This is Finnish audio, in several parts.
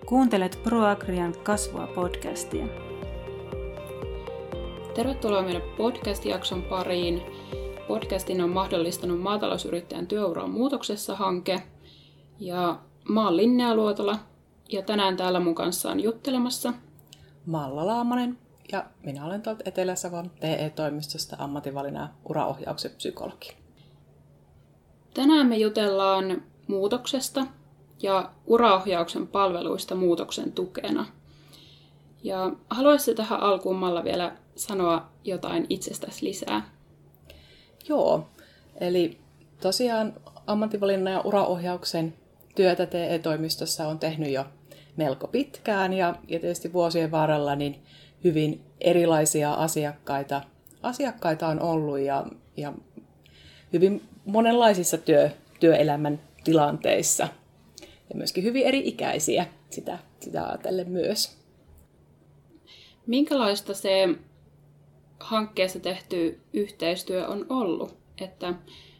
Kuuntelet ProAgrian kasvua podcastia. Tervetuloa meidän podcast-jakson pariin. Podcastin on mahdollistanut Maatalousyrittäjän työuran muutoksessa -hanke. Ja mä oon Linnea Luotola ja tänään täällä mun kanssa on juttelemassa Malla Laamanen ja minä olen tuolta Etelä-Savon TE-toimistosta ammatinvalinnan uraohjauksen psykologi. Tänään me jutellaan muutoksesta ja uraohjauksen palveluista muutoksen tukena. Ja haluaisitko tähän alkuun, Malla, vielä sanoa jotain itsestäsi lisää? Joo, eli tosiaan ammatinvalinnan ja uraohjauksen työtä TE-toimistossa on tehnyt jo melko pitkään ja tietysti vuosien varrella niin hyvin erilaisia asiakkaita on ollut ja hyvin monenlaisissa työelämän tilanteissa ja myöskin hyvin eri-ikäisiä sitä ajatellen myös. Minkälaista se hankkeessa tehty yhteistyö on ollut? Että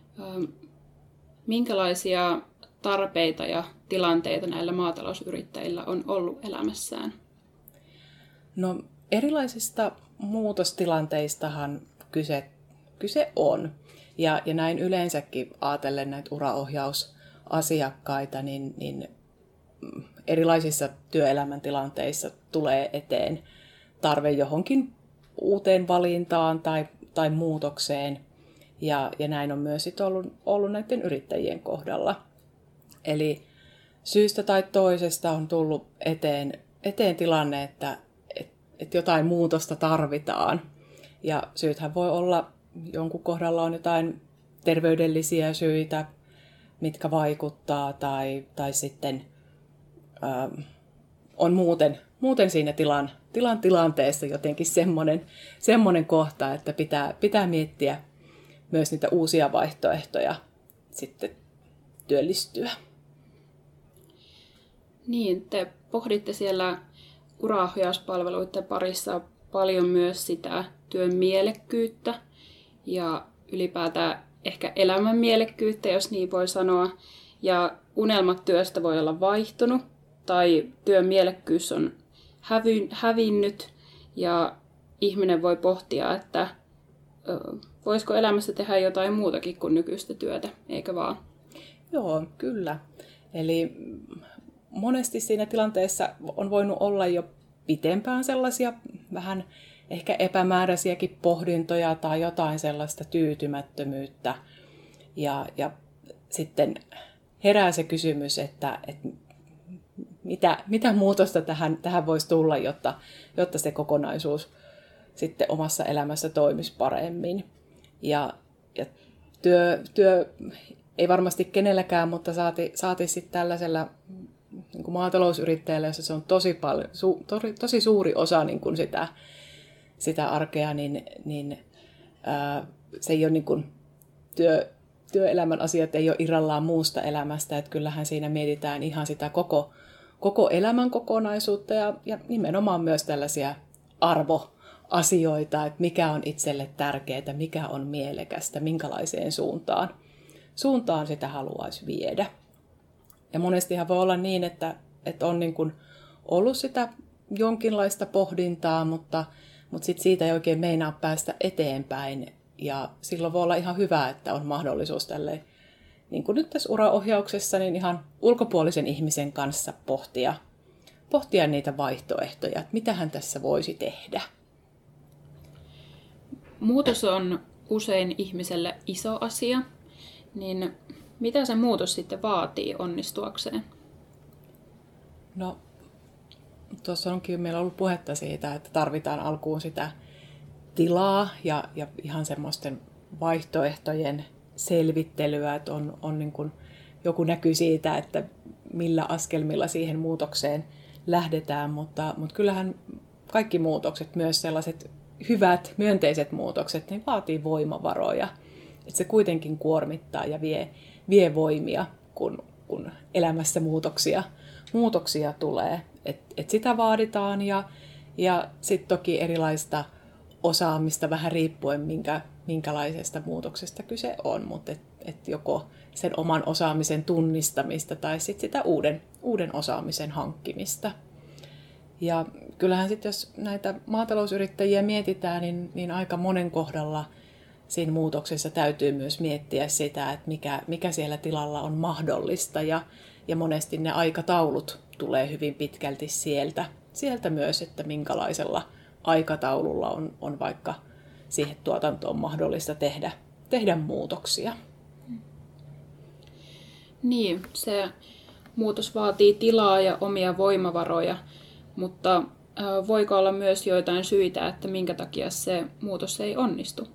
minkälaisia tarpeita ja tilanteita näillä maatalousyrittäjillä on ollut elämässään? No, erilaisista muutostilanteistahan kyse on. Ja näin yleensäkin ajatellen näitä uraohjausasiakkaita, niin erilaisissa työelämän tilanteissa tulee eteen tarve johonkin uuteen valintaan tai muutokseen. Ja näin on myös ollut näiden yrittäjien kohdalla. Eli syystä tai toisesta on tullut eteen tilanne, että jotain muutosta tarvitaan. Ja syythän voi olla, jonkun kohdalla on jotain terveydellisiä syitä, mitkä vaikuttaa, tai sitten on muuten siinä tilanteessa jotenkin semmoinen kohta, että pitää miettiä myös niitä uusia vaihtoehtoja sitten työllistyä. Niin, te pohditte siellä uraohjauspalveluiden parissa paljon myös sitä työn mielekkyyttä ja ylipäätään ehkä elämän mielekkyyttä, jos niin voi sanoa. Ja unelmat työstä voi olla vaihtunut tai työn mielekkyys on hävinnyt ja ihminen voi pohtia, että voisiko elämässä tehdä jotain muutakin kuin nykyistä työtä, eikö vaan? Joo, kyllä. Eli monesti siinä tilanteessa on voinut olla jo pitempään sellaisia vähän ehkä epämääräisiäkin pohdintoja tai jotain sellaista tyytymättömyyttä. Ja sitten herää se kysymys, että mitä muutosta tähän voisi tulla, jotta se kokonaisuus sitten omassa elämässä toimisi paremmin. Ja työ ei varmasti kenelläkään, mutta saati sitten tällaisella niin kuin maatalousyrittäjällä, jossa se on tosi suuri osa niin kuin sitä arkea, niin se ei ole niin kuin työelämän asiat ei ole irrallaan muusta elämästä, että kyllähän siinä mietitään ihan sitä koko elämän kokonaisuutta ja nimenomaan myös tällaisia arvoasioita, että mikä on itselle tärkeää, mikä on mielekästä, minkälaiseen suuntaan sitä haluaisi viedä. Ja monestihan voi olla niin, että on niin kuin ollut sitä jonkinlaista pohdintaa, mutta sit siitä ei oikein meinaa päästä eteenpäin. Ja silloin voi olla ihan hyvä, että on mahdollisuus tälleen, niin kuin nyt tässä uraohjauksessa, niin ihan ulkopuolisen ihmisen kanssa pohtia niitä vaihtoehtoja, että mitähän tässä voisi tehdä. Muutos on usein ihmiselle iso asia, niin mitä se muutos sitten vaatii onnistuakseen? No, tuossa onkin meillä ollut puhetta siitä, että tarvitaan alkuun sitä tilaa ja ihan semmoisten vaihtoehtojen selvittelyä, että on niin kuin joku näky siitä, että millä askelmilla siihen muutokseen lähdetään, mutta kyllähän kaikki muutokset, myös sellaiset hyvät, myönteiset muutokset, ne vaatii voimavaroja. Että se kuitenkin kuormittaa ja vie voimia, kun elämässä muutoksia tulee. Et sitä vaaditaan ja sitten toki erilaista osaamista vähän riippuen, minkälaisesta muutoksesta kyse on. Mutta että joko sen oman osaamisen tunnistamista tai sitten sitä uuden osaamisen hankkimista. Ja kyllähän sitten, jos näitä maatalousyrittäjiä mietitään, niin aika monen kohdalla siinä muutoksessa täytyy myös miettiä sitä, että mikä siellä tilalla on mahdollista. Ja monesti ne aikataulut tulee hyvin pitkälti sieltä myös, että minkälaisella aikataululla on vaikka siihen tuotantoon mahdollista tehdä muutoksia. Niin, se muutos vaatii tilaa ja omia voimavaroja, mutta voiko olla myös joitain syitä, että minkä takia se muutos ei onnistu?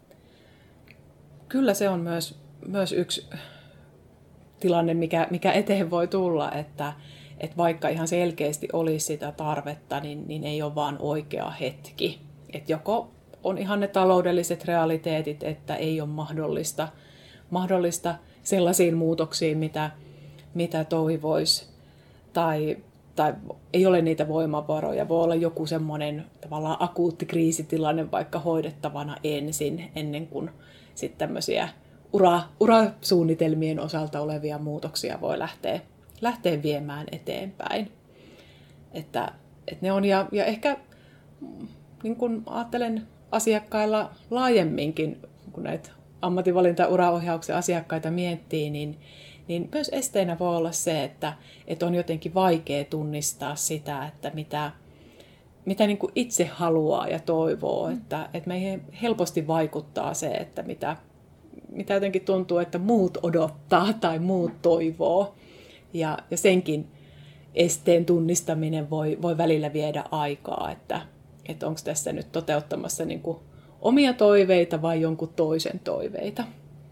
Kyllä se on myös yksi tilanne, mikä eteen voi tulla, että vaikka ihan selkeästi olisi sitä tarvetta, niin ei ole vaan oikea hetki. Että joko on ihan ne taloudelliset realiteetit, että ei ole mahdollista sellaisiin muutoksiin, mitä toivoisi, tai ei ole niitä voimavaroja. Voi olla joku semmoinen tavallaan akuutti kriisitilanne vaikka hoidettavana ennen kuin sitten tämmöisiä urasuunnitelmien osalta olevia muutoksia voi lähteä viemään eteenpäin. Että ne on, ja ehkä niin kun ajattelen asiakkailla laajemminkin, kun näitä ammatinvalinta- ja uraohjauksen asiakkaita miettii, niin myös esteenä voi olla se, että on jotenkin vaikea tunnistaa sitä, että mitä niin kuin itse haluaa ja toivoo. Että meihin helposti vaikuttaa se, että mitä jotenkin tuntuu, että muut odottaa tai muut toivoo. Ja senkin esteen tunnistaminen voi välillä viedä aikaa, että onko tässä nyt toteuttamassa niin kuin omia toiveita vai jonkun toisen toiveita.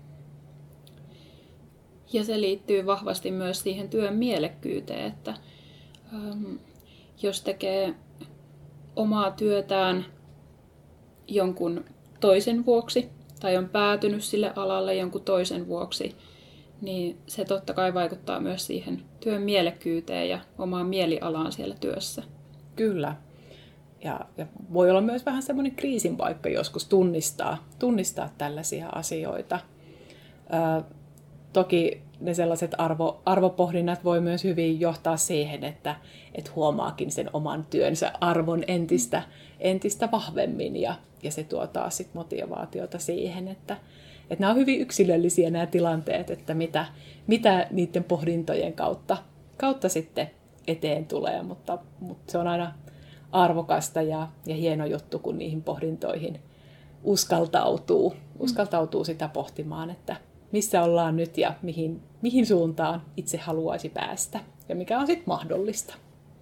Ja se liittyy vahvasti myös siihen työn mielekkyyteen, että jos tekee omaa työtään jonkun toisen vuoksi tai on päätynyt sille alalle jonkun toisen vuoksi, niin se totta kai vaikuttaa myös siihen työn mielekkyyteen ja omaan mielialaan siellä työssä. Kyllä. Ja voi olla myös vähän semmoinen kriisin paikka joskus tunnistaa tällaisia asioita. Toki ne sellaiset arvopohdinnat voi myös hyvin johtaa siihen, että huomaakin sen oman työnsä arvon entistä vahvemmin ja se tuo taas sit motivaatiota siihen, että nämä on hyvin yksilöllisiä nämä tilanteet, että mitä niiden pohdintojen kautta sitten eteen tulee, mutta se on aina arvokasta ja hieno juttu, kun niihin pohdintoihin uskaltautuu sitä pohtimaan, että missä ollaan nyt ja mihin suuntaan itse haluaisi päästä ja mikä on sitten mahdollista.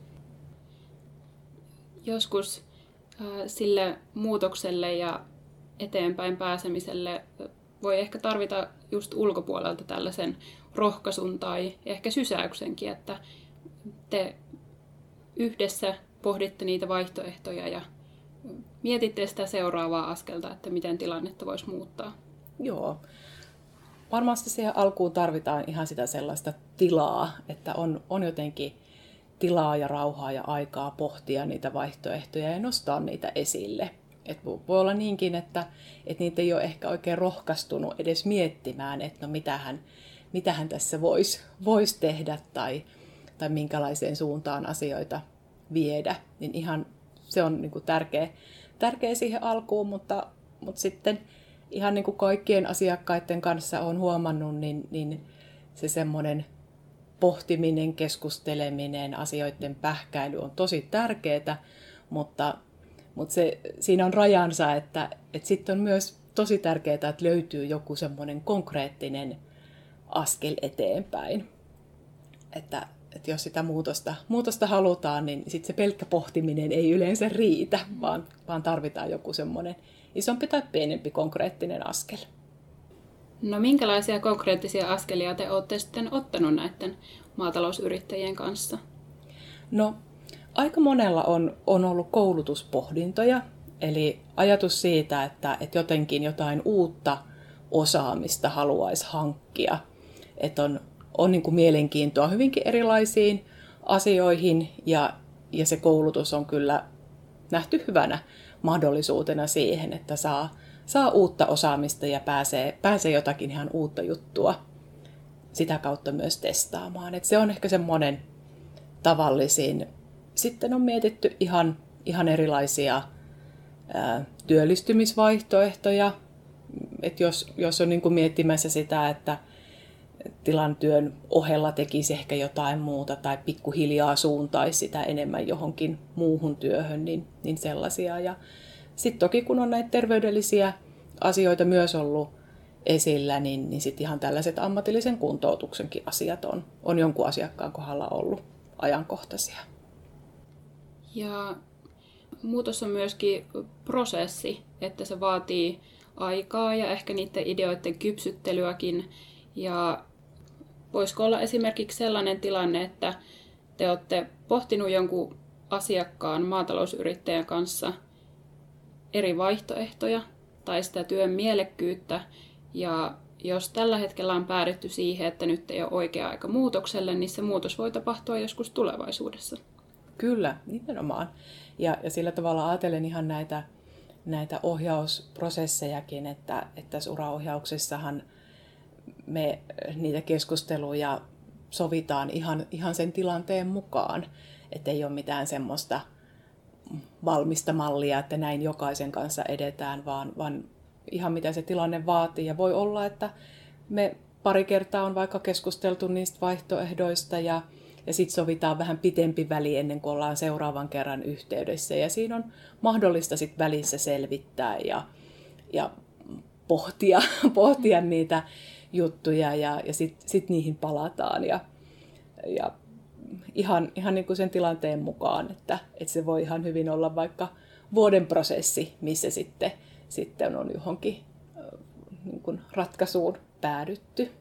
Joskus sille muutokselle ja eteenpäin pääsemiselle voi ehkä tarvita just ulkopuolelta tällaisen rohkaisun tai ehkä sysäyksenkin, että te yhdessä pohditte niitä vaihtoehtoja ja mietitte sitä seuraavaa askelta, että miten tilannetta voisi muuttaa. Joo. Varmasti siihen alkuun tarvitaan ihan sitä sellaista tilaa, että on jotenkin tilaa ja rauhaa ja aikaa pohtia niitä vaihtoehtoja ja nostaa niitä esille. Et voi olla niinkin, että niitä ei ole ehkä oikein rohkaistunut edes miettimään, että no mitähän tässä voisi tehdä tai minkälaiseen suuntaan asioita viedä. Niin ihan se on niin kuin tärkeä siihen alkuun, mutta sitten ihan niin kuin kaikkien asiakkaiden kanssa olen huomannut, niin se semmoinen pohtiminen, keskusteleminen, asioiden pähkäily on tosi tärkeää, mutta siinä on rajansa, että sitten on myös tosi tärkeää, että löytyy joku semmoinen konkreettinen askel eteenpäin. Että jos sitä muutosta halutaan, niin sitten se pelkkä pohtiminen ei yleensä riitä, vaan tarvitaan joku semmoinen isompi tai pienempi konkreettinen askel. No minkälaisia konkreettisia askelia te olette sitten ottanut näiden maatalousyrittäjien kanssa? No aika monella on ollut koulutuspohdintoja, eli ajatus siitä, että jotenkin jotain uutta osaamista haluaisi hankkia, että on niin kuin mielenkiintoa hyvinkin erilaisiin asioihin ja se koulutus on kyllä nähty hyvänä mahdollisuutena siihen, että saa saa uutta osaamista ja pääsee jotakin ihan uutta juttua sitä kautta myös testaamaan. Et se on ehkä semmoinen tavallisin. Sitten on mietitty ihan erilaisia työllistymisvaihtoehtoja. Et jos on niin kuin miettimässä sitä, että tilan työn ohella tekisi ehkä jotain muuta tai pikkuhiljaa suuntaisi sitä enemmän johonkin muuhun työhön, niin sellaisia. Ja sitten toki kun on näitä terveydellisiä asioita myös ollut esillä, niin sitten ihan tällaiset ammatillisen kuntoutuksenkin asiat on jonkun asiakkaan kohdalla ollut ajankohtaisia. Ja muutos on myöskin prosessi, että se vaatii aikaa ja ehkä niiden ideoiden kypsyttelyäkin. Ja voisiko olla esimerkiksi sellainen tilanne, että te olette pohtinut jonkun asiakkaan maatalousyrittäjän kanssa eri vaihtoehtoja tai sitä työn mielekkyyttä. Ja jos tällä hetkellä on päädytty siihen, että nyt ei ole oikea aika muutokselle, niin se muutos voi tapahtua joskus tulevaisuudessa. Kyllä, nimenomaan. Ja sillä tavalla ajattelen ihan näitä ohjausprosessejakin, että tässä uraohjauksessahan me niitä keskusteluja sovitaan ihan sen tilanteen mukaan, että ei ole mitään semmoista valmista mallia, että näin jokaisen kanssa edetään, vaan ihan mitä se tilanne vaatii. Ja voi olla, että me pari kertaa on vaikka keskusteltu niistä vaihtoehdoista ja sitten sovitaan vähän pitempi väli ennen kuin ollaan seuraavan kerran yhteydessä. Ja siinä on mahdollista sitten välissä selvittää ja pohtia niitä juttuja ja sit niihin palataan. Ja ihan niin kuin sen tilanteen mukaan, että se voi ihan hyvin olla vaikka vuoden prosessi, missä sitten on johonkin niin kuin ratkaisuun päädytty.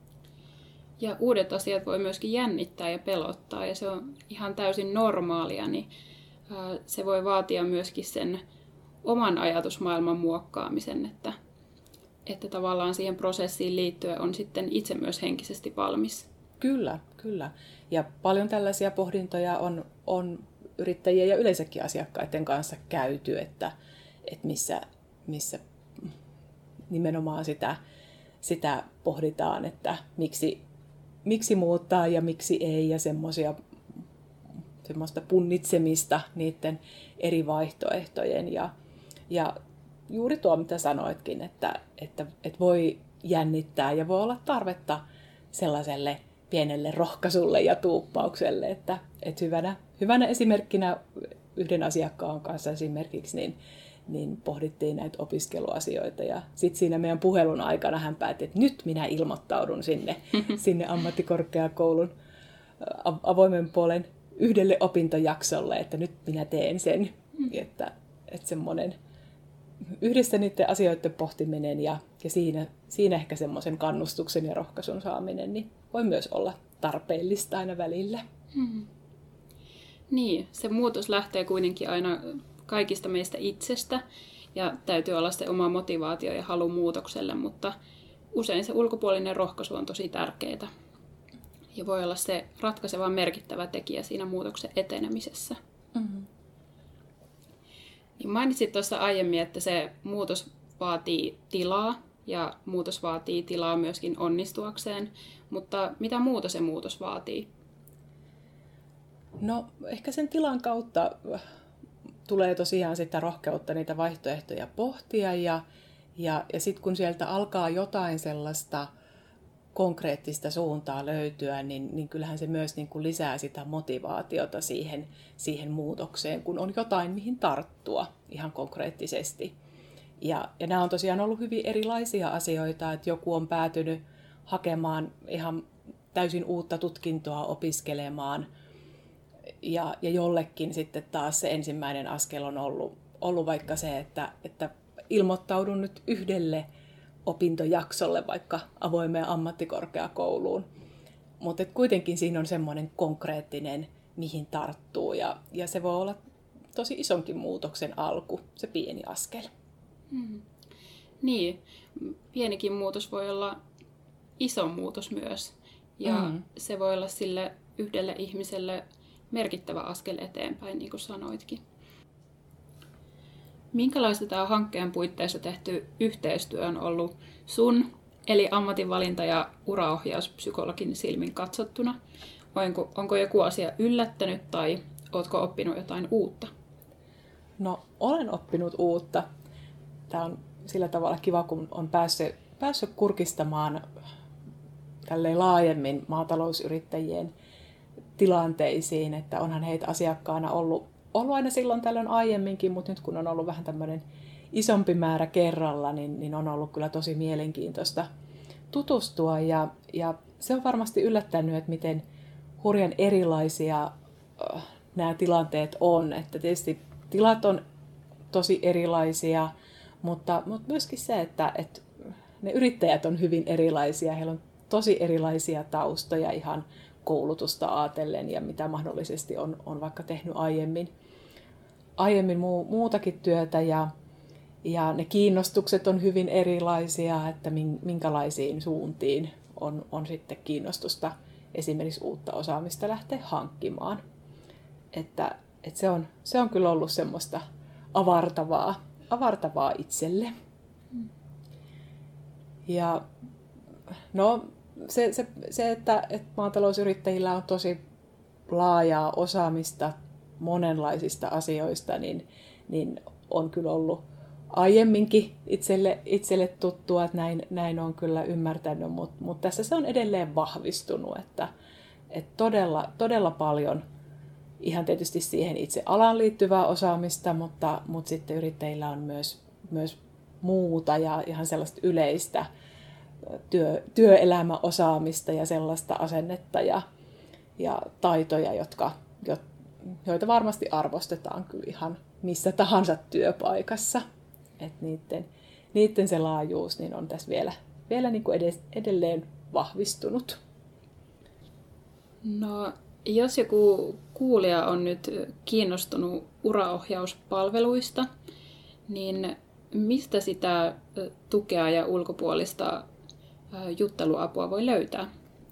Ja uudet asiat voi myöskin jännittää ja pelottaa, ja se on ihan täysin normaalia, niin se voi vaatia myöskin sen oman ajatusmaailman muokkaamisen, että tavallaan siihen prosessiin liittyen on sitten itse myös henkisesti valmis. Kyllä. Ja paljon tällaisia pohdintoja on yrittäjien ja yleensäkin asiakkaiden kanssa käyty, että missä nimenomaan sitä pohditaan, että miksi muuttaa ja miksi ei, ja semmoista punnitsemista niiden eri vaihtoehtojen. Ja juuri tuo, mitä sanoitkin, että voi jännittää ja voi olla tarvetta sellaiselle pienelle rohkaisulle ja tuuppaukselle, että hyvänä esimerkkinä yhden asiakkaan kanssa esimerkiksi niin pohdittiin näitä opiskeluasioita ja sitten siinä meidän puhelun aikana hän päätti, että nyt minä ilmoittaudun sinne ammattikorkeakoulun avoimen puolen yhdelle opintojaksolle, että nyt minä teen sen, että semmoinen yhdessä niiden asioiden pohtiminen ja siinä ehkä semmoisen kannustuksen ja rohkaisun saaminen niin voi myös olla tarpeellista aina välillä. Niin, se muutos lähtee kuitenkin aina kaikista meistä itsestä ja täytyy olla se oma motivaatio ja halu muutokselle, mutta usein se ulkopuolinen rohkaisu on tosi tärkeää ja voi olla se ratkaiseva merkittävä tekijä siinä muutoksen etenemisessä. Niin mainitsit tuossa aiemmin, että se muutos vaatii tilaa ja muutos vaatii tilaa myöskin onnistuakseen, mutta mitä muuta se muutos vaatii? No ehkä sen tilan kautta tulee tosiaan sitä rohkeutta niitä vaihtoehtoja pohtia ja sitten kun sieltä alkaa jotain sellaista konkreettista suuntaa löytyä, niin kyllähän se myös niin kuin lisää sitä motivaatiota siihen muutokseen, kun on jotain mihin tarttua ihan konkreettisesti. Ja nämä on tosiaan ollut hyvin erilaisia asioita, että joku on päätynyt hakemaan ihan täysin uutta tutkintoa opiskelemaan ja jollekin sitten taas se ensimmäinen askel on ollut vaikka se, että ilmoittaudun nyt yhdelle opintojaksolle vaikka avoimeen ammattikorkeakouluun. Mutta kuitenkin siinä on semmoinen konkreettinen, mihin tarttuu ja se voi olla tosi isonkin muutoksen alku, se pieni askel. Niin, pienikin muutos voi olla iso muutos myös ja se voi olla sille yhdelle ihmiselle merkittävä askel eteenpäin, niin kuin sanoitkin. Minkälaista tämä hankkeen puitteissa tehty yhteistyö on ollut sun, eli ammatinvalinta- ja uraohjauspsykologin silmin katsottuna? Onko joku asia yllättänyt tai ootko oppinut jotain uutta? No, olen oppinut uutta. Tämä on sillä tavalla kiva, kun on päässyt kurkistamaan tälleen laajemmin maatalousyrittäjien tilanteisiin, että onhan heitä asiakkaana ollut aina silloin tällöin aiemminkin, mutta nyt kun on ollut vähän tämmöinen isompi määrä kerralla, niin on ollut kyllä tosi mielenkiintoista tutustua. Ja se on varmasti yllättänyt, että miten hurjan erilaisia nämä tilanteet on. Että tietysti tilat on tosi erilaisia, mutta myöskin se, että ne yrittäjät on hyvin erilaisia. Heillä on tosi erilaisia taustoja ihan koulutusta ajatellen ja mitä mahdollisesti on vaikka tehnyt aiemmin muutakin työtä ja ne kiinnostukset on hyvin erilaisia, että minkälaisiin suuntiin on sitten kiinnostusta esimerkiksi uutta osaamista lähteä hankkimaan. Että se on kyllä ollut semmoista avartavaa itselle. Ja no se että maatalousyrittäjillä on tosi laajaa osaamista monenlaisista asioista, niin on kyllä ollut aiemminkin itselle tuttua, että näin on kyllä ymmärtänyt, mutta tässä se on edelleen vahvistunut, että todella paljon ihan tietysti siihen itse alaan liittyvää osaamista, mutta sitten yrittäjillä on myös muuta ja ihan sellaista yleistä työelämäosaamista ja sellaista asennetta ja taitoja, joita varmasti arvostetaan kyllä ihan missä tahansa työpaikassa. Että niiden se laajuus niin on tässä vielä niin kuin edelleen vahvistunut. No, jos joku kuulija on nyt kiinnostunut uraohjauspalveluista, niin mistä sitä tukea ja ulkopuolista jutteluapua voi löytää?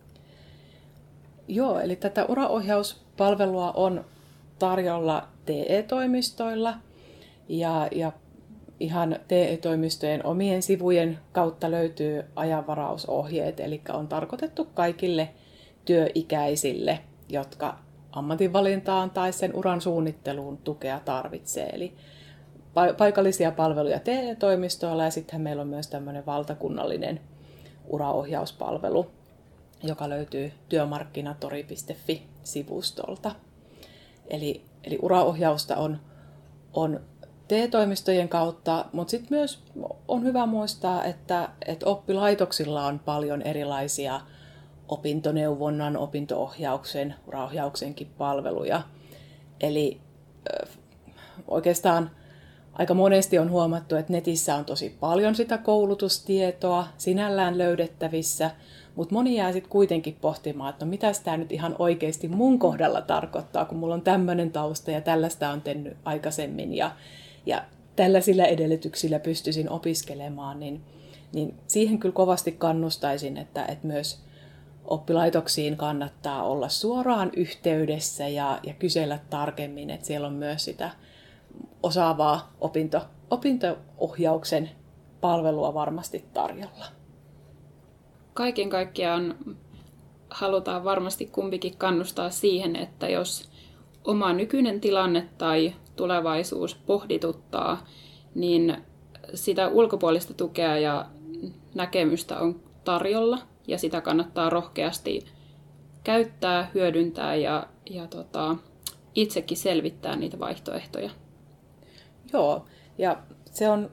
Joo, eli tätä uraohjauspalvelua on tarjolla TE-toimistoilla ja ihan TE-toimistojen omien sivujen kautta löytyy ajanvarausohjeet, eli on tarkoitettu kaikille työikäisille, jotka ammatinvalintaan tai sen uran suunnitteluun tukea tarvitsee. Eli paikallisia palveluja TE-toimistoilla ja sitten meillä on myös tämmöinen valtakunnallinen uraohjauspalvelu, joka löytyy työmarkkinatori.fi-sivustolta. Eli uraohjausta on TE-toimistojen kautta, mutta sitten myös on hyvä muistaa, että oppilaitoksilla on paljon erilaisia opintoneuvonnan, opinto-ohjauksen, uraohjauksenkin palveluja. Eli oikeastaan aika monesti on huomattu, että netissä on tosi paljon sitä koulutustietoa sinällään löydettävissä, mutta moni jää sitten kuitenkin pohtimaan, että no mitä tämä nyt ihan oikeasti mun kohdalla tarkoittaa, kun mulla on tämmöinen tausta ja tällaista on tehnyt aikaisemmin ja tällaisilla edellytyksillä pystyisin opiskelemaan, niin siihen kyllä kovasti kannustaisin, että myös oppilaitoksiin kannattaa olla suoraan yhteydessä ja kysellä tarkemmin, että siellä on myös sitä osaavaa opinto-ohjauksen palvelua varmasti tarjolla. Kaiken kaikkiaan halutaan varmasti kumpikin kannustaa siihen, että jos oma nykyinen tilanne tai tulevaisuus pohdituttaa, niin sitä ulkopuolista tukea ja näkemystä on tarjolla ja sitä kannattaa rohkeasti käyttää, hyödyntää ja itsekin selvittää niitä vaihtoehtoja. Joo, ja se on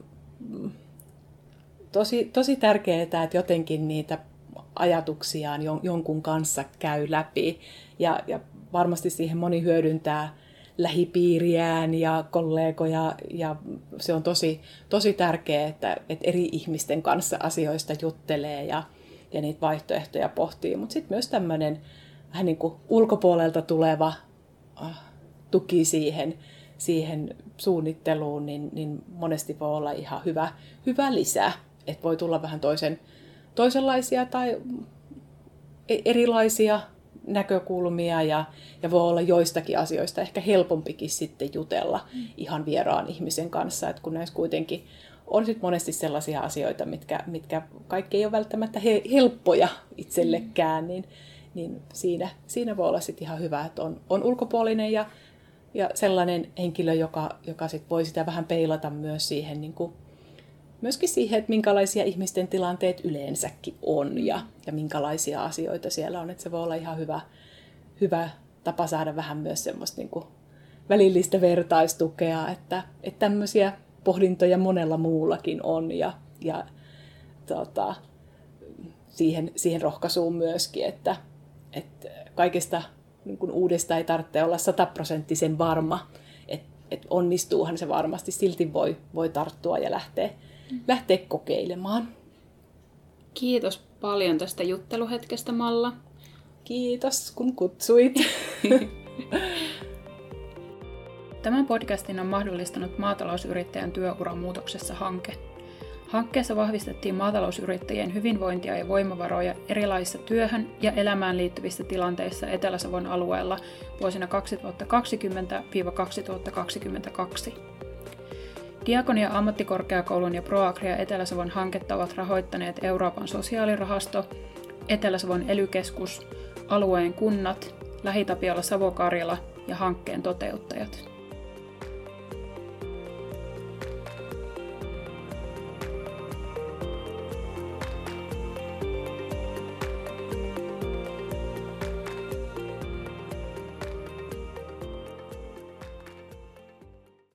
tosi tärkeää, että jotenkin niitä ajatuksiaan jonkun kanssa käy läpi. Ja varmasti siihen moni hyödyntää lähipiiriään ja kollegoja. Ja se on tosi tärkeää, että eri ihmisten kanssa asioista juttelee ja niitä vaihtoehtoja pohtii. Mutta sitten myös tämmöinen vähän niin kuin ulkopuolelta tuleva tuki siihen suunnitteluun, niin monesti voi olla ihan hyvä lisä. Että voi tulla vähän toisenlaisia tai erilaisia näkökulmia ja voi olla joistakin asioista ehkä helpompikin sitten jutella ihan vieraan ihmisen kanssa, että kun näissä kuitenkin on sitten monesti sellaisia asioita, mitkä kaikki ei ole välttämättä helppoja itsellekään, niin siinä voi olla sitten ihan hyvä, että on ulkopuolinen ja sellainen henkilö, joka sit voi sitä vähän peilata myös siihen, niin kuin, myöskin siihen, että minkälaisia ihmisten tilanteet yleensäkin on ja minkälaisia asioita siellä on. Että se voi olla ihan hyvä tapa saada vähän myös semmoista niin kuin välillistä vertaistukea, että tämmöisiä pohdintoja monella muullakin on ja siihen rohkaisuun myöskin, että kaikesta niin kuin uudesta ei tarvitse olla 100% varma, että onnistuuhan se varmasti, silti voi tarttua ja lähteä kokeilemaan. Kiitos paljon tästä jutteluhetkestä, Malla. Kiitos, kun kutsuit. Tämän podcastin on mahdollistanut Maatalousyrittäjän työuramuutoksessa -hanke. Hankkeessa vahvistettiin maatalousyrittäjien hyvinvointia ja voimavaroja erilaisissa työhön ja elämään liittyvissä tilanteissa Etelä-Savon alueella vuosina 2020–2022. Diakonia Ammattikorkeakoulun ja ProAgria Etelä-Savon hanketta ovat rahoittaneet Euroopan sosiaalirahasto, Etelä-Savon ELY-keskus, alueen kunnat, Lähi-Tapiola Savo-Karjala ja hankkeen toteuttajat.